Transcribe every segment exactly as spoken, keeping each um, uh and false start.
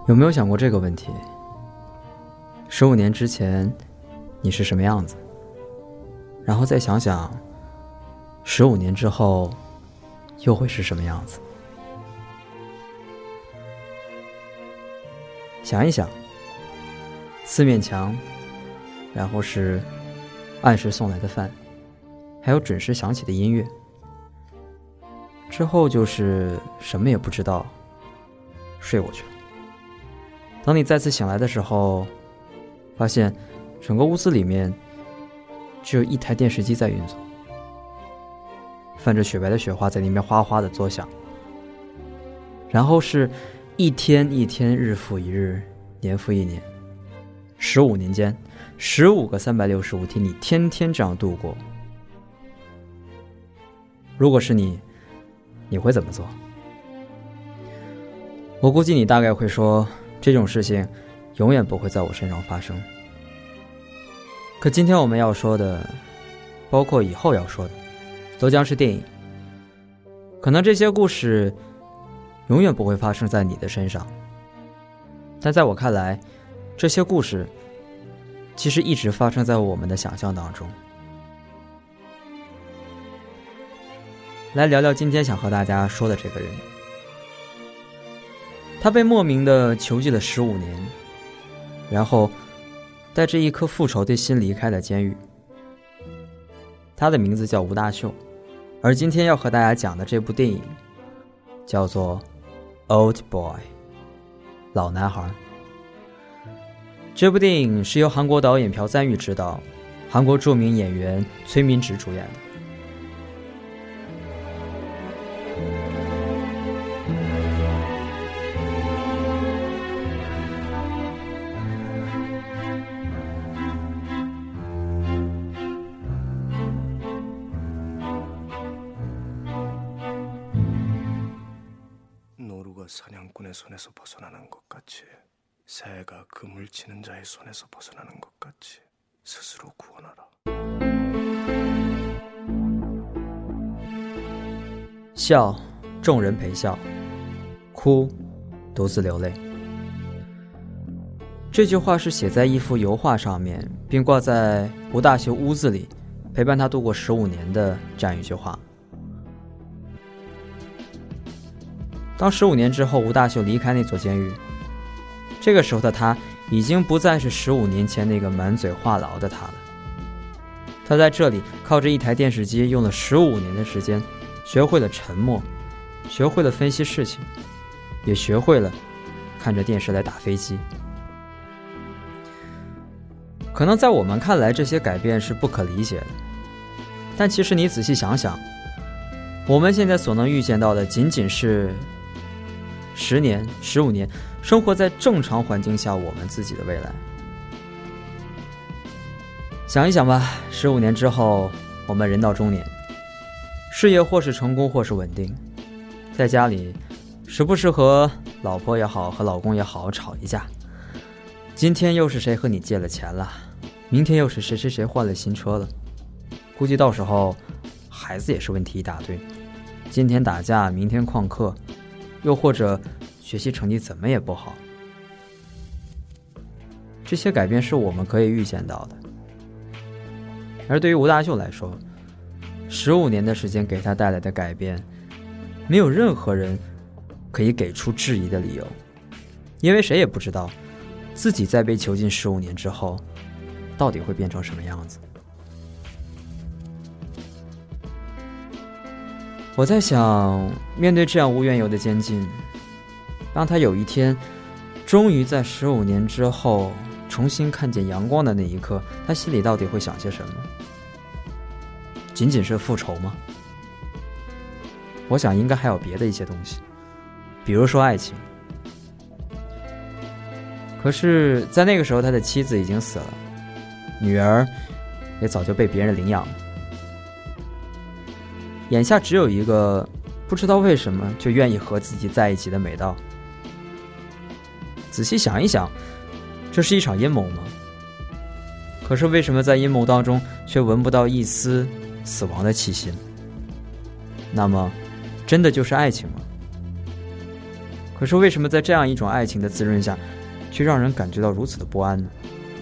有没有想过这个问题？十五年之前你是什么样子？然后再想想十五年之后又会是什么样子？想一想，四面墙，然后是按时送来的饭，还有准时响起的音乐，之后就是什么也不知道，睡过去了。当你再次醒来的时候，发现整个屋子里面只有一台电视机在运作，泛着雪白的雪花在里面哗哗的作响，然后是一天一天，日复一日，年复一年，十五年间，十五个三百六十五天，你天天这样度过。如果是你，你会怎么做？我估计你大概会说，这种事情永远不会在我身上发生。可今天我们要说的，包括以后要说的，都将是电影。可能这些故事永远不会发生在你的身上，但在我看来，这些故事其实一直发生在我们的想象当中。来聊聊今天想和大家说的这个人。他被莫名的囚禁了十五年，然后带着一颗复仇的心离开了监狱。他的名字叫吴大秀，而今天要和大家讲的这部电影叫做 Old Boy 老男孩。这部电影是由韩国导演朴赞郁执导，韩国著名演员崔民植主演的。 노루가사냥꾼의손에서벗어나는것같이새가그물치는자의손에서벗어나는것같이스스로구원하라。 笑，众人陪笑；哭，独自流泪。这句话是写在一幅油画上面，并挂在吴大秀屋子里，陪伴他度过十五年的这样一句话。当十五年之后，吴大秀离开那座监狱，这个时候的他已经不再是十五年前那个满嘴话痨的他了。他在这里靠着一台电视机，用了十五年的时间，学会了沉默，学会了分析事情，也学会了看着电视来打飞机。可能在我们看来，这些改变是不可理解的，但其实你仔细想想，我们现在所能预见到的仅仅是十年、十五年生活在正常环境下我们自己的未来。想一想吧，十五年之后，我们人到中年，事业或是成功或是稳定，在家里时不时和老婆也好，和老公也好吵一架。今天又是谁和你借了钱了，明天又是谁谁谁换了新车了。估计到时候孩子也是问题一大堆，今天打架，明天旷课，又或者学习成绩怎么也不好。这些改变是我们可以预见到的。而对于吴大秀来说，十五年的时间给他带来的改变，没有任何人可以给出质疑的理由，因为谁也不知道自己在被囚禁十五年之后到底会变成什么样子。我在想，面对这样无缘由的监禁，当他有一天终于在十五年之后重新看见阳光的那一刻，他心里到底会想些什么？仅仅是复仇吗？我想应该还有别的一些东西，比如说爱情。可是在那个时候，他的妻子已经死了，女儿也早就被别人领养了。眼下只有一个不知道为什么就愿意和自己在一起的美道。仔细想一想，这是一场阴谋吗？可是为什么在阴谋当中却闻不到一丝死亡的气息呢？那么真的就是爱情吗？ 可是为什么在这样一种爱情的滋润下，却让人感觉到如此的不安呢？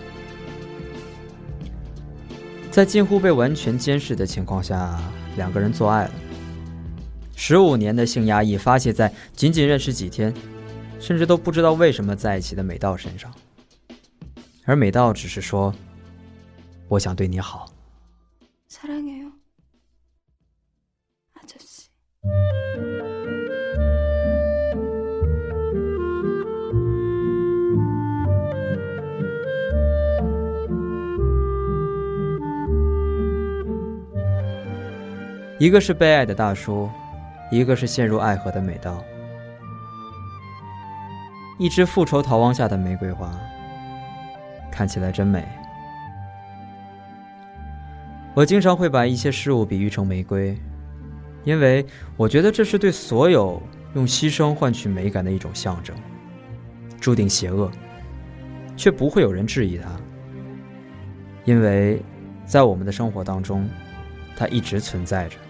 在近乎被完全监视的情况下，两个人做爱了。十五年的性压抑发泄在仅仅认识几天，甚至都不知道为什么在一起的美道身上。而美道只是说，我想对你好。 사랑해요, 아저씨. 一个是被爱的大叔，一个是陷入爱河的美道。一枝复仇逃亡下的玫瑰花，看起来真美。我经常会把一些事物比喻成玫瑰，因为我觉得这是对所有用牺牲换取美感的一种象征，注定邪恶，却不会有人质疑它，因为在我们的生活当中，它一直存在着。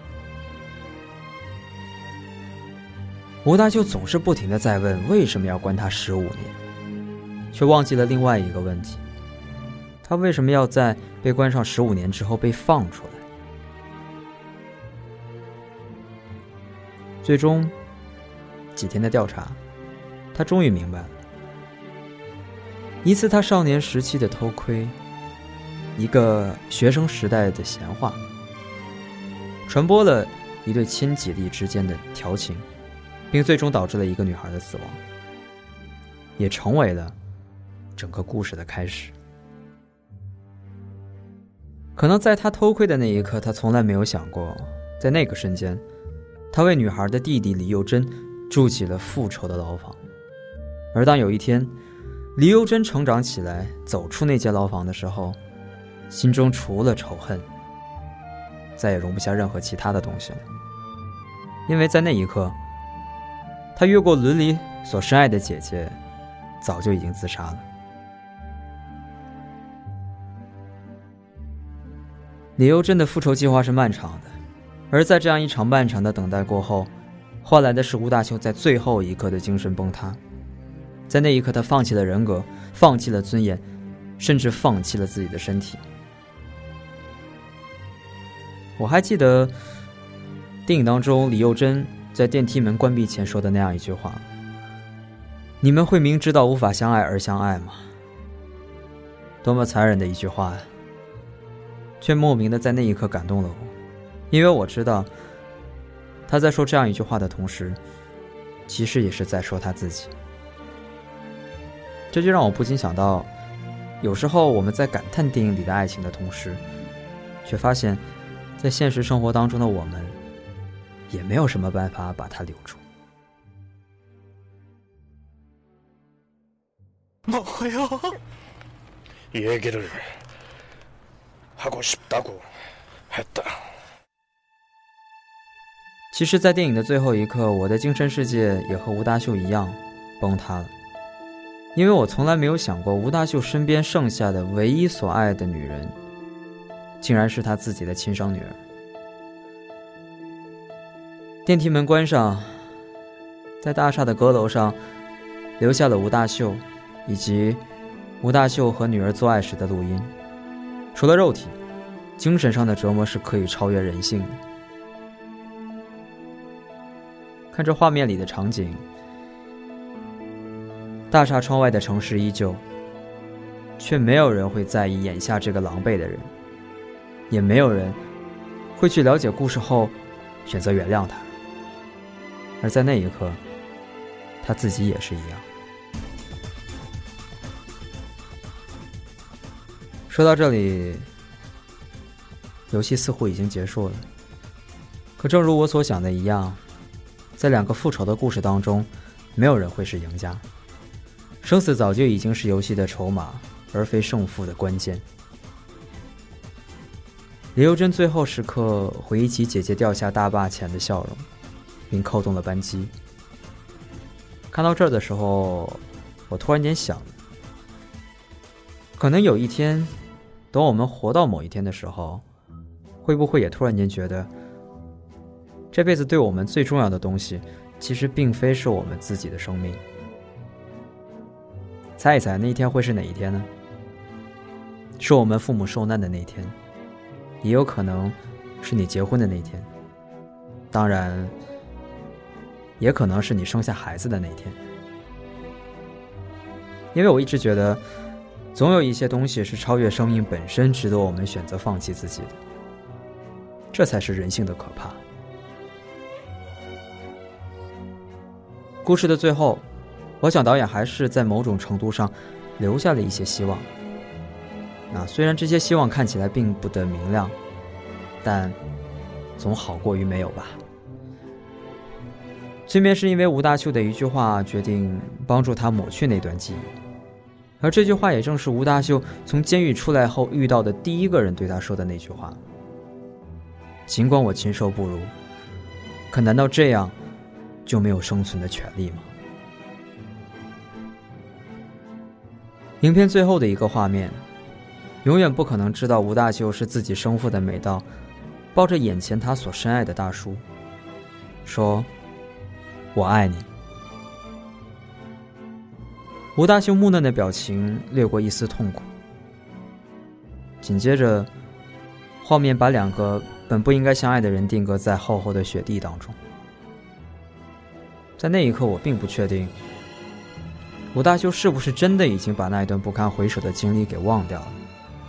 吴大秀总是不停地在问为什么要关他十五年，却忘记了另外一个问题，他为什么要在被关上十五年之后被放出来？最终几天的调查，他终于明白了，一次他少年时期的偷窥，一个学生时代的闲话，传播了一对亲姐弟之间的调情，并最终导致了一个女孩的死亡，也成为了整个故事的开始。可能在他偷窥的那一刻，他从来没有想过，在那个瞬间，他为女孩的弟弟李幼珍筑起了复仇的牢房。而当有一天李幼珍成长起来，走出那间牢房的时候，心中除了仇恨，再也容不下任何其他的东西了。因为在那一刻，他越过伦理所深爱的姐姐，早就已经自杀了。李幼珍的复仇计划是漫长的，而在这样一场漫长的等待过后，换来的是吴大秀在最后一刻的精神崩塌。在那一刻，他放弃了人格，放弃了尊严，甚至放弃了自己的身体。我还记得电影当中李幼珍在电梯门关闭前说的那样一句话：你们会明知道无法相爱而相爱吗？多么残忍的一句话呀，却莫名的在那一刻感动了我。因为我知道他在说这样一句话的同时，其实也是在说他自己。这就让我不禁想到，有时候我们在感叹电影里的爱情的同时，却发现在现实生活当中的我们也没有什么办法把它留住。 뭐요? 얘기를 하고 싶다고 했다. 其实在电影的最后一刻，我的精神世界也和吴大秀一样崩塌了。因为我从来没有想过，吴大秀身边剩下的唯一所爱的女人，竟然是他自己的亲生女儿。电梯门关上，在大厦的阁楼上留下了吴大秀以及吴大秀和女儿做爱时的录音。除了肉体，精神上的折磨是可以超越人性的。看着画面里的场景，大厦窗外的城市依旧，却没有人会在意眼下这个狼狈的人，也没有人会去了解故事后选择原谅他。而在那一刻，他自己也是一样。说到这里，游戏似乎已经结束了。可正如我所想的一样，在两个复仇的故事当中，没有人会是赢家。生死早就已经是游戏的筹码，而非胜负的关键。李幼珍最后时刻回忆起姐姐掉下大坝前的笑容，并扣动了扳机。看到这儿的时候，我突然间想了，可能有一天，等我们活到某一天的时候，会不会也突然间觉得，这辈子对我们最重要的东西， 其实并非是我们自己的生命。猜一猜那一天会是哪一天呢？是我们父母受难的那一天，也有可能是你结婚的那一天，当然也可能是你生下孩子的那一天。因为我一直觉得总有一些东西是超越生命本身，值得我们选择放弃自己的，这才是人性的可怕。故事的最后，我想导演还是在某种程度上留下了一些希望。那虽然这些希望看起来并不得明亮，但总好过于没有吧。催眠是因为吴大修的一句话决定帮助他抹去那段记忆，而这句话也正是吴大修从监狱出来后遇到的第一个人对他说的那句话。尽管我禽兽不如，可难道这样就没有生存的权利吗？影片最后的一个画面，永远不可能知道吴大修是自己生父的美道抱着眼前他所深爱的大叔说，我爱你。吴大修木讷的表情掠过一丝痛苦，紧接着画面把两个本不应该相爱的人定格在厚厚的雪地当中。在那一刻，我并不确定吴大修是不是真的已经把那一段不堪回首的经历给忘掉了，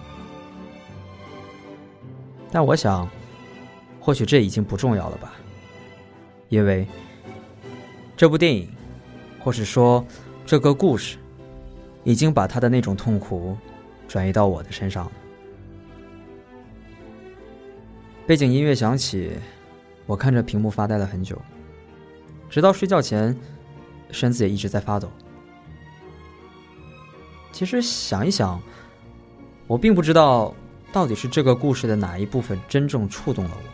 但我想或许这已经不重要了吧，因为这部电影或是说这个故事已经把他的那种痛苦转移到我的身上了。背景音乐响起，我看着屏幕发呆了很久，直到睡觉前身子也一直在发抖。其实想一想，我并不知道到底是这个故事的哪一部分真正触动了我。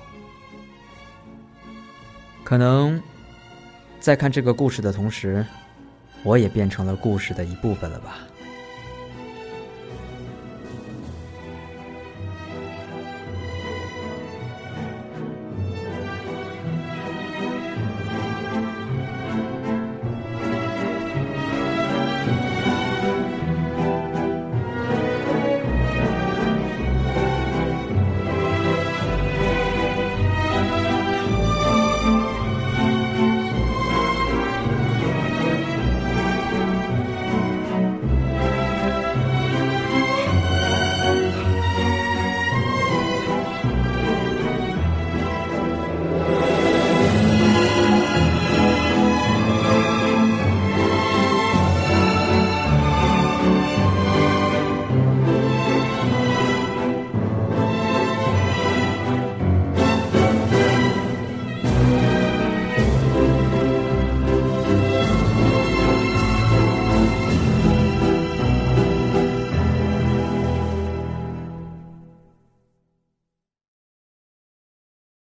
可能在看这个故事的同时，我也变成了故事的一部分了吧。